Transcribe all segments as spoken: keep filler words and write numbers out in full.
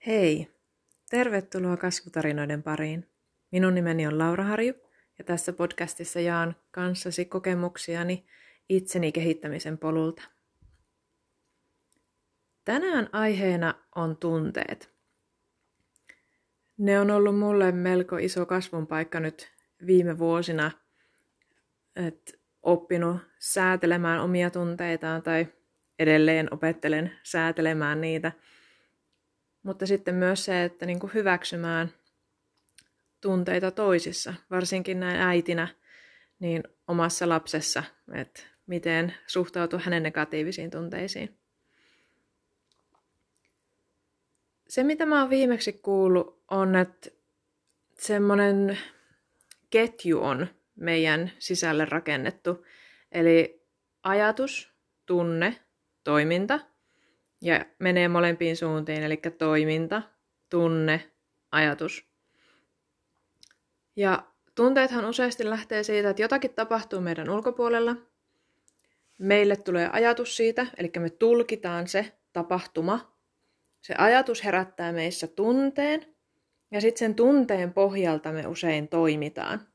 Hei! Tervetuloa kasvutarinoiden pariin. Minun nimeni on Laura Harju ja tässä podcastissa jaan kanssasi kokemuksiani itseni kehittämisen polulta. Tänään aiheena on tunteet. Ne on ollut mulle melko iso kasvun paikka nyt viime vuosina, että oppinut säätelemään omia tunteitaan tai edelleen opettelen säätelemään niitä. Mutta sitten myös se, että niin kuin hyväksymään tunteita toisissa, varsinkin näin äitinä, niin omassa lapsessa, että miten suhtautua hänen negatiivisiin tunteisiin. Se, mitä mä oon viimeksi kuullut, on, että semmoinen ketju on meidän sisälle rakennettu. Eli ajatus, tunne, toiminta. Ja menee molempiin suuntiin, eli toiminta, tunne, ajatus. Ja tunteethan useasti lähtee siitä, että jotakin tapahtuu meidän ulkopuolella. Meille tulee ajatus siitä, eli me tulkitaan se tapahtuma. Se ajatus herättää meissä tunteen, ja sitten sen tunteen pohjalta me usein toimitaan.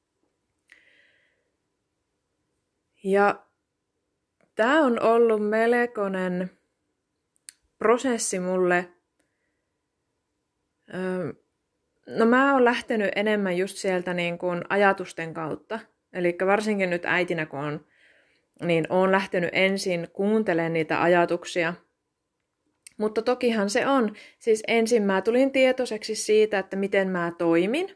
Ja tämä on ollut melkoinen prosessi mulle. No mä oon lähtenyt enemmän just sieltä niin kuin ajatusten kautta. Eli varsinkin nyt äitinä kun on, niin oon lähtenyt ensin kuuntelemaan niitä ajatuksia. Mutta tokihan se on. Siis ensin mä tulin tietoiseksi siitä, että miten mä toimin.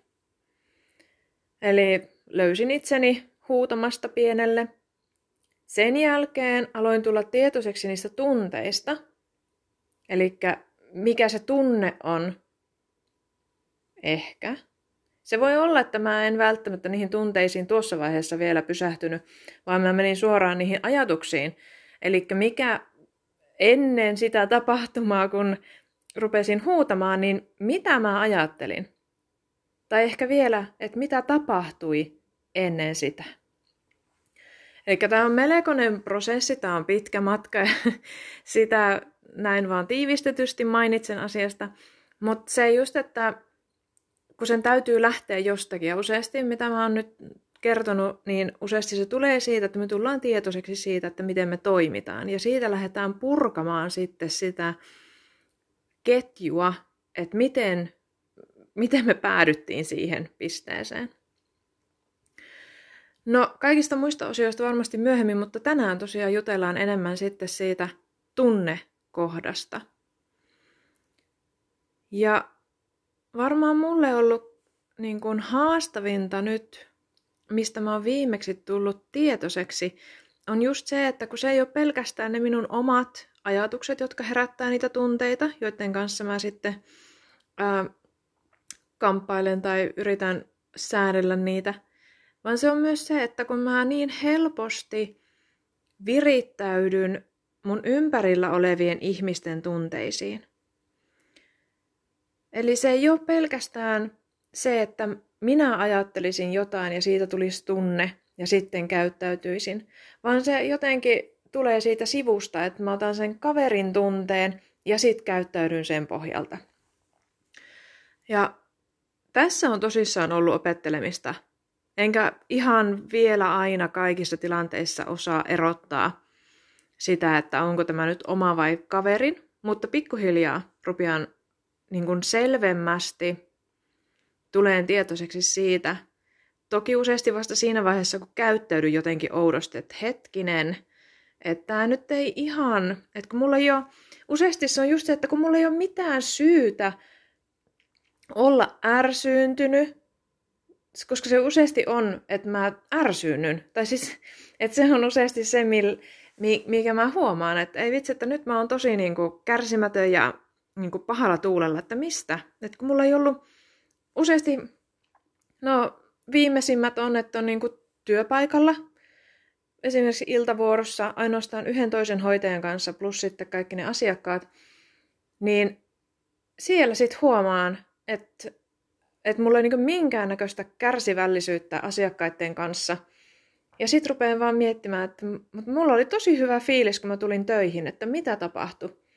Eli löysin itseni huutamasta pienelle. Sen jälkeen aloin tulla tietoiseksi niistä tunteista. Eli mikä se tunne on, ehkä. Se voi olla, että mä en välttämättä niihin tunteisiin tuossa vaiheessa vielä pysähtynyt, vaan mä menin suoraan niihin ajatuksiin. Eli mikä ennen sitä tapahtumaa, kun rupesin huutamaan, niin mitä mä ajattelin? Tai ehkä vielä, että mitä tapahtui ennen sitä. Eli tämä on melkoinen prosessi, tämä on pitkä matka ja sitä näin vaan tiivistetysti mainitsen asiasta, mutta se just, että kun sen täytyy lähteä jostakin, ja useasti mitä mä oon nyt kertonut, niin useasti se tulee siitä, että me tullaan tietoiseksi siitä, että miten me toimitaan, ja siitä lähdetään purkamaan sitten sitä ketjua, että miten, miten me päädyttiin siihen pisteeseen. No, kaikista muista osioista varmasti myöhemmin, mutta tänään tosiaan jutellaan enemmän sitten siitä tunnekohdasta. Ja varmaan mulle ollut niin kuin haastavinta nyt, mistä mä oon viimeksi tullut tietoiseksi, on just se, että kun se ei ole pelkästään ne minun omat ajatukset, jotka herättää niitä tunteita, joiden kanssa mä sitten ää, kamppailen tai yritän säädellä niitä, vaan se on myös se, että kun mä niin helposti virittäydyn mun ympärillä olevien ihmisten tunteisiin. Eli se ei ole pelkästään se, että minä ajattelisin jotain ja siitä tulisi tunne ja sitten käyttäytyisin, vaan se jotenkin tulee siitä sivusta, että mä otan sen kaverin tunteen ja sitten käyttäydyn sen pohjalta. Ja tässä on tosissaan ollut opettelemista. Enkä ihan vielä aina kaikissa tilanteissa osaa erottaa sitä, että onko tämä nyt oma vai kaverin, mutta pikkuhiljaa rupean niin kuin selvemmästi tuleen tietoiseksi siitä. Toki useasti vasta siinä vaiheessa, kun käyttäydyn jotenkin oudosti, että hetkinen, että tämä nyt ei ihan, että kun mulla ei ole, useasti se on just se, että kun mulla ei ole mitään syytä olla ärsyyntynyt, koska se useasti on, että mä ärsyynyn. Tai siis, että se on useasti se, mikä mä huomaan, että ei vitsi, että nyt mä oon tosi niin kuin kärsimätön ja niin kuin pahalla tuulella, että mistä? Että kun mulla ei ollut useasti, no viimeisimmät on, että on niin kuin työpaikalla, esimerkiksi iltavuorossa ainoastaan yhden toisen hoitajan kanssa plus sitten kaikki ne asiakkaat, niin siellä sitten huomaan, että että mulla ei niin minkäännäköistä kärsivällisyyttä asiakkaiden kanssa. Ja sit rupean vaan miettimään, että mulla oli tosi hyvä fiilis, kun mä tulin töihin, että mitä tapahtui.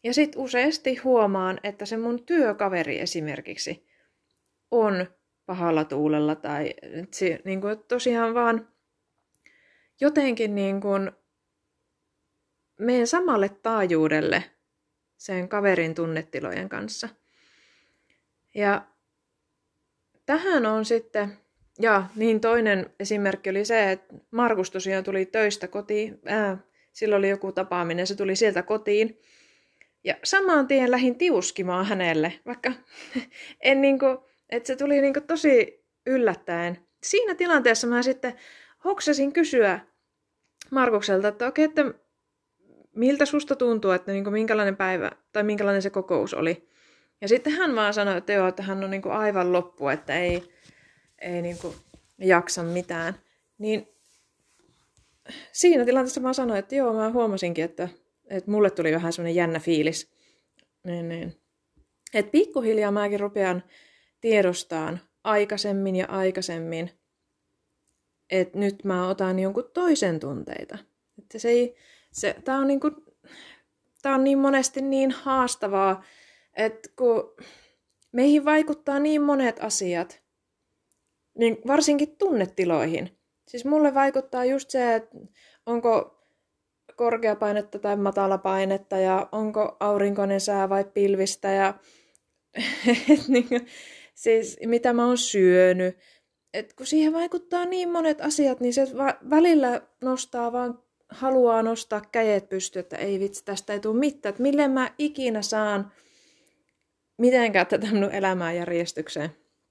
Ja sit useasti huomaan, että se mun työkaveri esimerkiksi on pahalla tuulella tai se, niin kuin, tosiaan vaan jotenkin niin kuin menen samalle taajuudelle sen kaverin tunnetilojen kanssa. Ja tähän on sitten, ja niin toinen esimerkki oli se, että Markus tosiaan tuli töistä kotiin, äh, silloin oli joku tapaaminen, se tuli sieltä kotiin. Ja samaan tien lähdin tiuskimaan hänelle, vaikka en niinku, että se tuli niinku tosi yllättäen. Siinä tilanteessa mä sitten hoksasin kysyä Markukselta, että okei, että miltä susta tuntuu, että niinku minkälainen päivä tai minkälainen se kokous oli. Ja sitten hän vaan sanoi, että joo, että hän on niinku aivan loppu, että ei, ei niinku jaksa mitään. Niin siinä tilanteessa mä sanoin, että joo, mä huomasinkin, että, että mulle tuli vähän semmoinen jännä fiilis. Niin, niin. Että pikkuhiljaa mäkin rupean tiedostaan aikaisemmin ja aikaisemmin, että nyt mä otan jonkun toisen tunteita. Että se ei, se, tää on niinku, tää on niin monesti niin haastavaa, että kun meihin vaikuttaa niin monet asiat, niin varsinkin tunnetiloihin. Siis mulle vaikuttaa just se, että onko korkeapainetta tai matalapainetta ja onko aurinkoinen sää vai pilvistä ja niin kuin, siis mitä mä oon syönyt. Et kun siihen vaikuttaa niin monet asiat, niin se va- välillä nostaa vaan, haluaa nostaa kädet pystyyn, että ei vitsi, tästä ei tule mitään. Että miten mä ikinä saan mitenkään tätä minun elämää järjestykseen.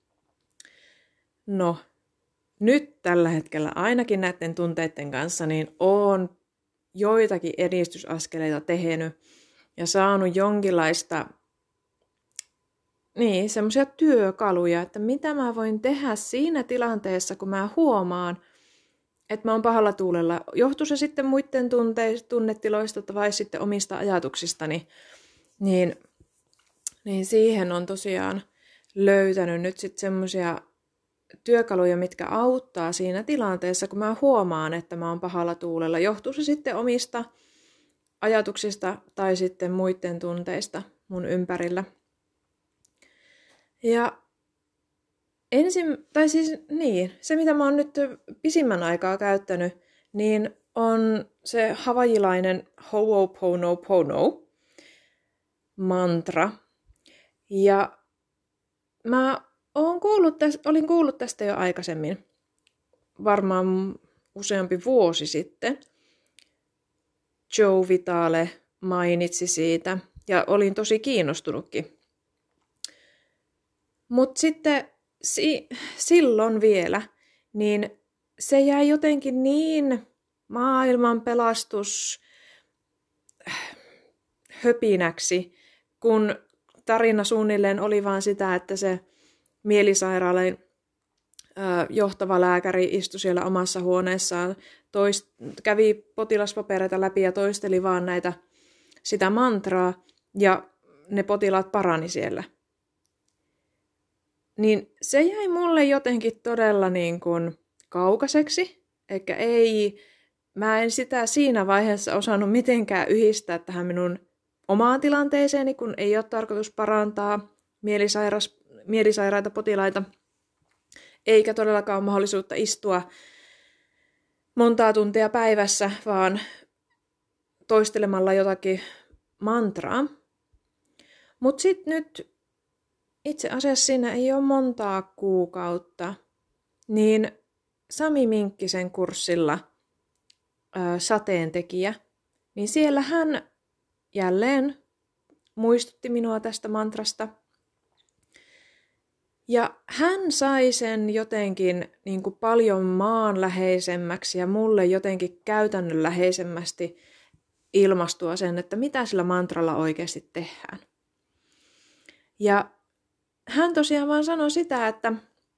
No, nyt tällä hetkellä ainakin näiden tunteiden kanssa niin oon joitakin edistysaskeleita tehnyt ja saanut jonkinlaista niin, semmoisia työkaluja, että mitä mä voin tehdä siinä tilanteessa, kun mä huomaan, että mä oon pahalla tuulella. Johtuu se sitten muiden tunte- tunnetiloista vai sitten omista ajatuksistani, niin, niin siihen on tosiaan löytänyt nyt sitten semmoisia työkaluja, mitkä auttaa siinä tilanteessa, kun mä huomaan, että mä oon pahalla tuulella. Johtuu se sitten omista ajatuksista tai sitten muiden tunteista mun ympärillä. Ja ensin, tai siis niin, se mitä mä oon nyt pisimmän aikaa käyttänyt, niin on se havajilainen Ho'oponopono mantra. Ja mä oon kuullut tästä, olin kuullut tästä jo aikaisemmin, varmaan useampi vuosi sitten. Joe Vitale mainitsi siitä ja olin tosi kiinnostunutkin. Mutta sitten si- silloin vielä, niin se jäi jotenkin niin maailman pelastus höpinäksi, kun tarina suunnilleen oli vaan sitä, että se mielisairaalan johtava lääkäri istui siellä omassa huoneessaan, toist, kävi potilaspapereita läpi ja toisteli vaan näitä, sitä mantraa, ja ne potilaat parani siellä. Niin se jäi mulle jotenkin todella niin kuin kaukaiseksi, eikä ei, mä en sitä siinä vaiheessa osannut mitenkään yhdistää tähän minun omaan tilanteeseeni, kun ei ole tarkoitus parantaa mielisairas, mielisairaita potilaita, eikä todellakaan ole mahdollisuutta istua montaa tuntia päivässä, vaan toistelemalla jotakin mantraa. Mutta sitten nyt itse asiassa siinä ei ole montaa kuukautta, niin Sami Minkkisen kurssilla ää, sateentekijä, niin siellä hän jälleen muistutti minua tästä mantrasta. Ja hän sai sen jotenkin niin kuin paljon maanläheisemmäksi ja mulle jotenkin käytännönläheisemmästi ilmastua sen, että mitä sillä mantralla oikeasti tehdään. Ja hän tosiaan vaan sanoi sitä, että,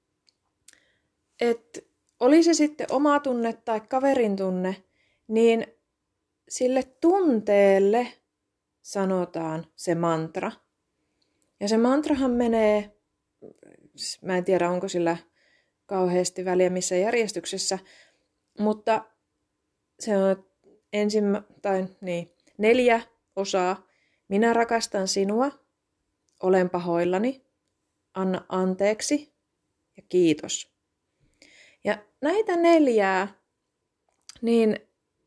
että oli se sitten oma tunne tai kaverin tunne, niin sille tunteelle sanotaan se mantra. Ja se mantrahan menee, mä en tiedä onko sillä kauheasti väliä missä järjestyksessä, mutta se on ensimmä, tai niin, neljä osaa, minä rakastan sinua, olen pahoillani, anna anteeksi ja kiitos. Ja näitä neljää, niin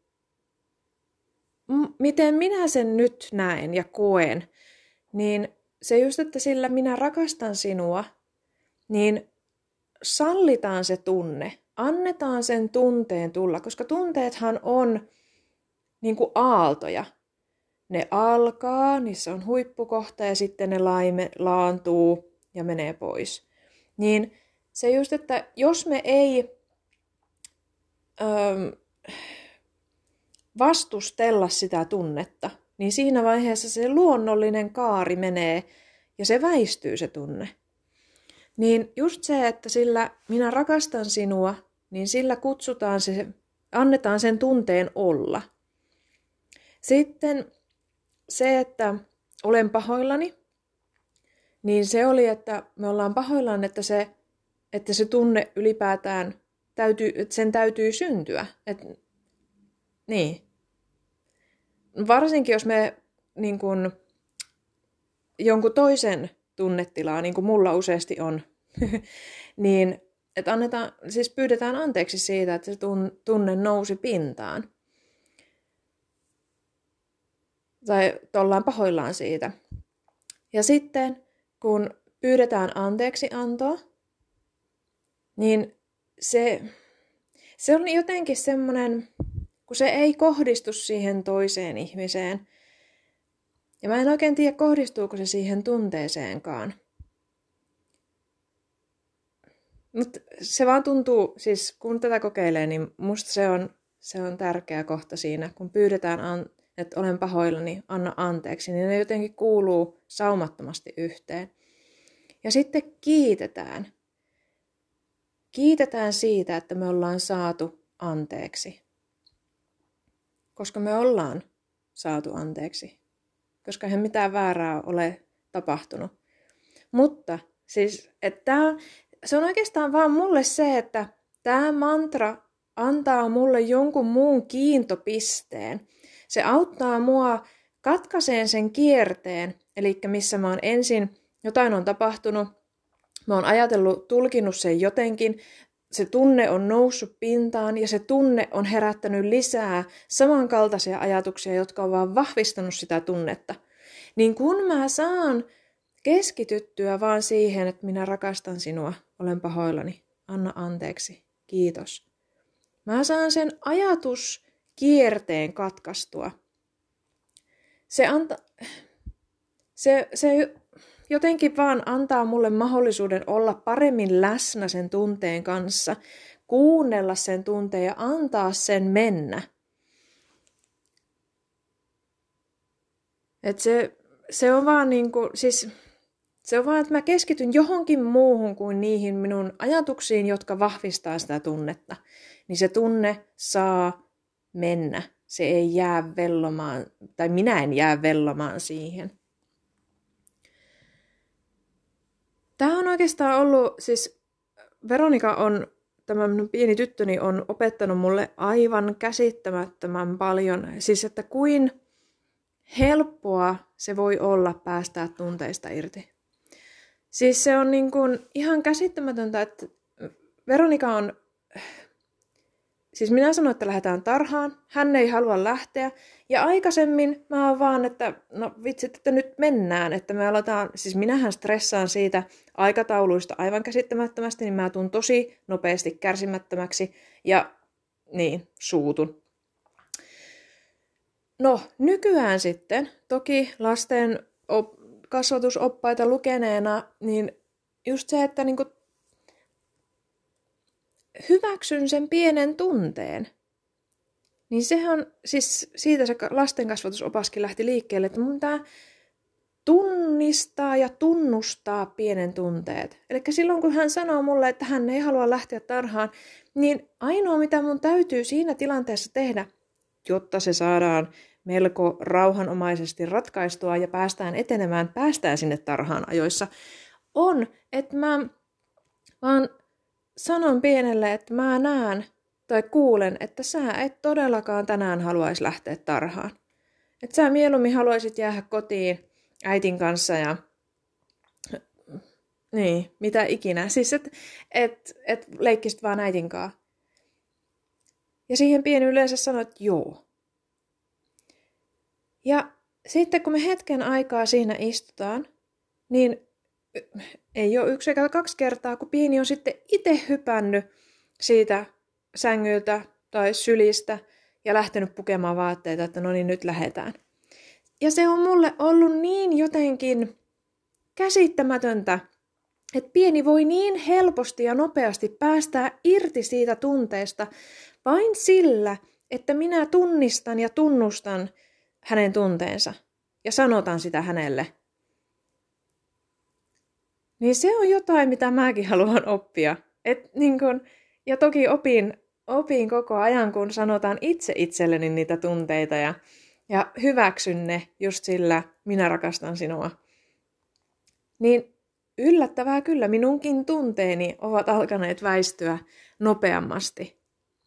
m- miten minä sen nyt näen ja koen, niin se just, että sillä minä rakastan sinua, niin sallitaan se tunne, annetaan sen tunteen tulla, koska tunteethan on niin kuin aaltoja. Ne alkaa, niissä on huippukohta ja sitten ne laime, laantuu ja menee pois. Niin se just, että jos me ei öö, vastustella sitä tunnetta, niin siinä vaiheessa se luonnollinen kaari menee ja se väistyy se tunne. Niin just se, että sillä minä rakastan sinua, niin sillä kutsutaan se, annetaan sen tunteen olla. Sitten se, että olen pahoillani, niin se oli, että me ollaan pahoillaan, että se, että se tunne ylipäätään täytyy, että sen täytyy syntyä. Et, niin. Varsinkin jos me niin kun, jonkun toisen tunnetilaa, niin kuin mulla useasti on, niin että annetaan, siis pyydetään anteeksi siitä, että se tunne nousi pintaan. Tai ollaan pahoillaan siitä. Ja sitten, kun pyydetään anteeksi antoa, niin se, se on jotenkin semmoinen, kun se ei kohdistu siihen toiseen ihmiseen. Ja mä en oikein tiedä, kohdistuuko se siihen tunteeseenkaan. Mutta se vaan tuntuu, siis kun tätä kokeilee, niin musta se on, se on tärkeä kohta siinä, kun pyydetään, an, että olen pahoillani, anna anteeksi, niin ne jotenkin kuuluu saumattomasti yhteen. Ja sitten kiitetään. Kiitetään siitä, että me ollaan saatu anteeksi. Koska me ollaan saatu anteeksi. Koska eihän mitään väärää ole tapahtunut. Mutta siis, että se on oikeastaan vaan mulle se, että tämä mantra antaa mulle jonkun muun kiintopisteen. Se auttaa mua katkaiseen sen kierteen, eli missä mä oon ensin, jotain on tapahtunut, mä oon ajatellut, tulkinnut sen jotenkin, se tunne on noussut pintaan ja se tunne on herättänyt lisää samankaltaisia ajatuksia, jotka on vaan vahvistanut sitä tunnetta. Niin kun mä saan keskityttyä vaan siihen, että minä rakastan sinua, olen pahoillani, anna anteeksi, kiitos. Mä saan sen ajatuskierteen katkaistua. Se, anta, se, se jotenkin vaan antaa mulle mahdollisuuden olla paremmin läsnä sen tunteen kanssa, kuunnella sen tunteen ja antaa sen mennä. Et se, se on vaan niinku, siis se on vaan, että mä keskityn johonkin muuhun kuin niihin minun ajatuksiin, jotka vahvistaa sitä tunnetta. Niin se tunne saa mennä. Se ei jää vellomaan, tai minä en jää vellomaan siihen. Tämä on oikeastaan ollut, siis Veronika on, tämä minun pieni tyttöni on opettanut mulle aivan käsittämättömän paljon. Siis, että kuin helppoa se voi olla päästää tunteista irti. Siis se on niin kuin ihan käsittämätöntä, että Veronika on, siis minä sanoin, että lähdetään tarhaan, hän ei halua lähteä, ja aikaisemmin mä oon vaan, että no vitsit, että nyt mennään, että me aletaan, siis minähän stressaan siitä aikatauluista aivan käsittämättömästi, niin mä tuun tosi nopeasti kärsimättömäksi, ja niin, suutun. No, nykyään sitten, toki lasten op- kasvatusoppaita lukeneena, niin just se, että niinku hyväksyn sen pienen tunteen. Niin sehän, siis siitä se lastenkasvatusopaskin lähti liikkeelle, että mun pitää tunnistaa ja tunnustaa pienen tunteet. Eli silloin kun hän sanoo mulle, että hän ei halua lähteä tarhaan, niin ainoa mitä mun täytyy siinä tilanteessa tehdä, jotta se saadaan melko rauhanomaisesti ratkaistua ja päästään etenemään, päästään sinne tarhaan ajoissa, on, että mä vaan sanon pienelle, että mä näen tai kuulen, että sä et todellakaan tänään haluaisi lähteä tarhaan. Että sä mieluummin haluaisit jäädä kotiin äitin kanssa ja niin, mitä ikinä. Siis että et, et leikkisit vaan äitin kanssa. Ja siihen pieni yleensä sanoo, että joo. Ja sitten kun me hetken aikaa siinä istutaan, niin ei ole yksi eikä kaksi kertaa, kun pieni on sitten itse hypännyt siitä sängyltä tai sylistä ja lähtenyt pukemaan vaatteita, että no niin, nyt lähdetään. Ja se on mulle ollut niin jotenkin käsittämätöntä, että pieni voi niin helposti ja nopeasti päästää irti siitä tunteesta vain sillä, että minä tunnistan ja tunnustan hänen tunteensa ja sanotan sitä hänelle. Niin se on jotain, mitä mäkin haluan oppia. Et niin kun, ja toki opin, opin koko ajan, kun sanotaan itse itselleni niitä tunteita ja, ja hyväksyn ne just sillä, minä rakastan sinua. Niin yllättävää kyllä, minunkin tunteeni ovat alkaneet väistyä nopeammasti.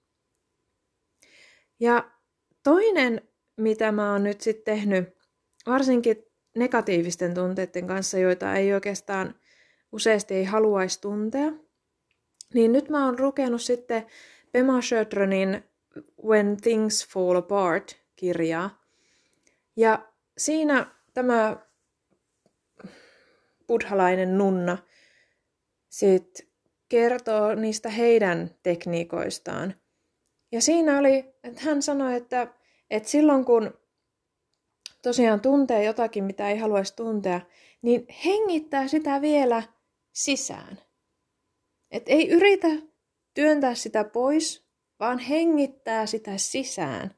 Ja toinen, mitä mä oon nyt sitten tehnyt, varsinkin negatiivisten tunteiden kanssa, joita ei oikeastaan useasti ei haluaisi tuntea, niin nyt mä oon lukenut sitten Pema Chodronin When Things Fall Apart-kirjaa. Ja siinä tämä buddhalainen nunna sit kertoo niistä heidän tekniikoistaan. Ja siinä oli, että hän sanoi, että, että silloin kun tosiaan tuntee jotakin, mitä ei haluaisi tuntea, niin hengittää sitä vielä sisään. Et ei yritä työntää sitä pois, vaan hengittää sitä sisään.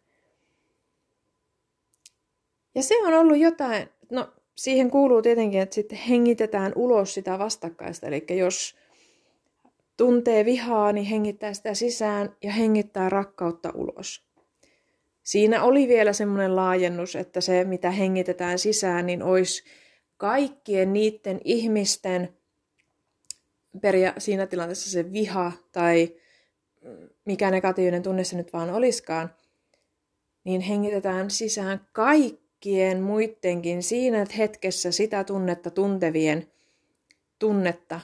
Ja se on ollut jotain, no siihen kuuluu tietenkin, että sitten hengitetään ulos sitä vastakkaista. Eli jos tuntee vihaa, niin hengittää sitä sisään ja hengittää rakkautta ulos. Siinä oli vielä semmoinen laajennus, että se mitä hengitetään sisään, niin olisi kaikkien niiden ihmisten, peria- siinä tilanteessa se viha tai mikä negatiivinen tunne se nyt vaan olisikaan, niin hengitetään sisään kaikkien muidenkin siinä hetkessä sitä tunnetta tuntevien tunnetta.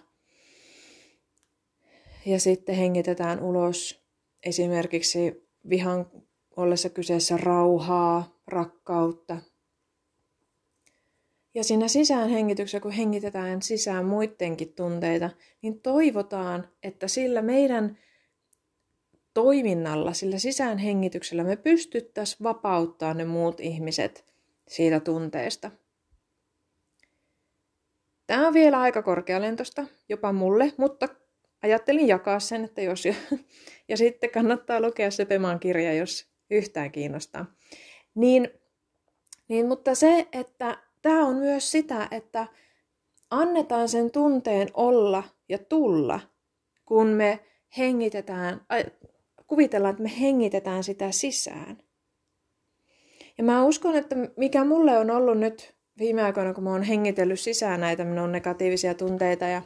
Ja sitten hengitetään ulos esimerkiksi vihan ollessa kyseessä rauhaa, rakkautta. Ja siinä sisäänhengityksessä, kun hengitetään sisään muidenkin tunteita, niin toivotaan, että sillä meidän toiminnalla, sillä sisäänhengityksellä me pystyttäisiin vapauttaa ne muut ihmiset siitä tunteesta. Tämä on vielä aika korkealentoista, jopa mulle, mutta ajattelin jakaa sen, että jos jo. Ja sitten kannattaa lukea se Peman kirja, jos yhtään kiinnostaa. Niin, niin, mutta se, että tämä on myös sitä, että annetaan sen tunteen olla ja tulla, kun me hengitetään, äh, kuvitellaan, että me hengitetään sitä sisään. Ja mä uskon, että mikä mulle on ollut nyt viime aikoina, kun mä oon hengitellyt sisään näitä minun negatiivisia tunteita, ja,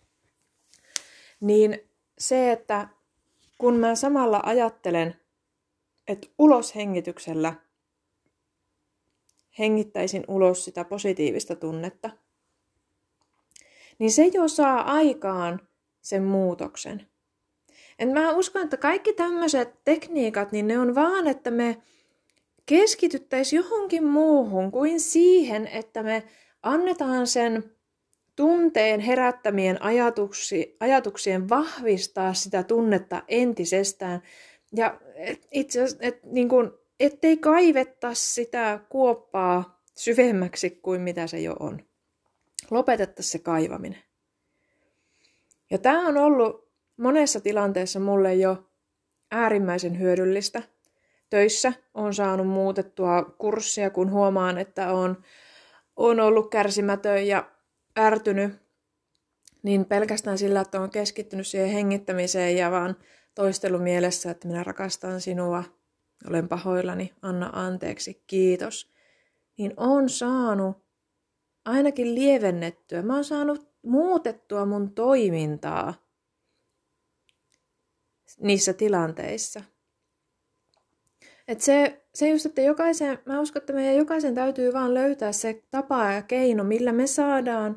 niin se, että kun mä samalla ajattelen, että uloshengityksellä hengittäisin ulos sitä positiivista tunnetta, niin se jo saa aikaan sen muutoksen. Et mä uskon, että kaikki tämmöiset tekniikat, niin ne on vaan, että me keskityttäisiin johonkin muuhun kuin siihen, että me annetaan sen tunteen herättämien ajatuksi, ajatuksien vahvistaa sitä tunnetta entisestään. Ja itse asiassa, et, niin kun, ettei kaivettaisi sitä kuoppaa syvemmäksi kuin mitä se jo on. Lopetettaisiin se kaivaminen. Ja tämä on ollut monessa tilanteessa mulle jo äärimmäisen hyödyllistä. Töissä olen saanut muutettua kurssia, kun huomaan, että on, on ollut kärsimätön ja ärtynyt. Niin pelkästään sillä, että olen keskittynyt siihen hengittämiseen ja vaan toistelu mielessä, että minä rakastan sinua, olen pahoillani, anna anteeksi, kiitos. Niin olen saanut ainakin lievennettyä. Mä oon saanut muutettua mun toimintaa niissä tilanteissa. Et se, se just, että jokaisen, mä uskon, että meidän jokaisen täytyy vaan löytää se tapa ja keino, millä me saadaan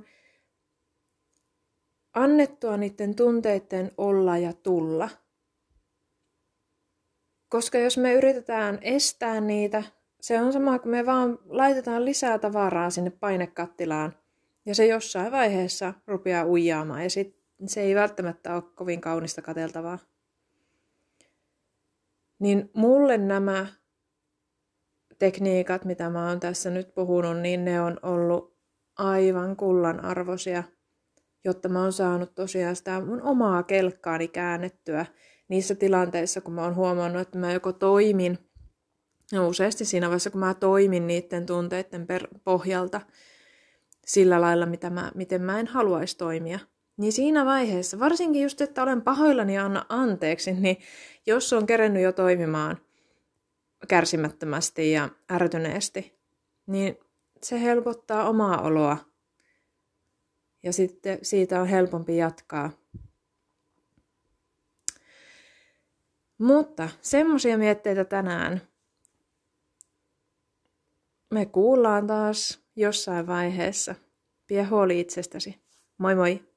annettua niiden tunteiden olla ja tulla. Koska jos me yritetään estää niitä, se on sama kuin me vaan laitetaan lisää tavaraa sinne painekattilaan. Ja se jossain vaiheessa rupeaa uijaamaan ja sit se ei välttämättä ole kovin kaunista katseltavaa. Niin mulle nämä tekniikat, mitä mä oon tässä nyt puhunut, niin ne on ollut aivan kullanarvoisia, jotta mä oon saanut tosiaan sitä mun omaa kelkkaani käännettyä niissä tilanteissa, kun mä oon huomannut, että mä joko toimin, no useasti siinä vaiheessa, kun mä toimin niiden tunteiden per- pohjalta sillä lailla, mitä mä, miten mä en haluaisi toimia. Niin siinä vaiheessa, varsinkin just, että olen pahoillani ja anna anteeksi, niin jos on kerennyt jo toimimaan kärsimättömästi ja ärtyneesti, niin se helpottaa omaa oloa. Ja sitten siitä on helpompi jatkaa. Mutta semmoisia mietteitä tänään. Me kuullaan taas jossain vaiheessa. Pidä huoli itsestäsi. Moi moi!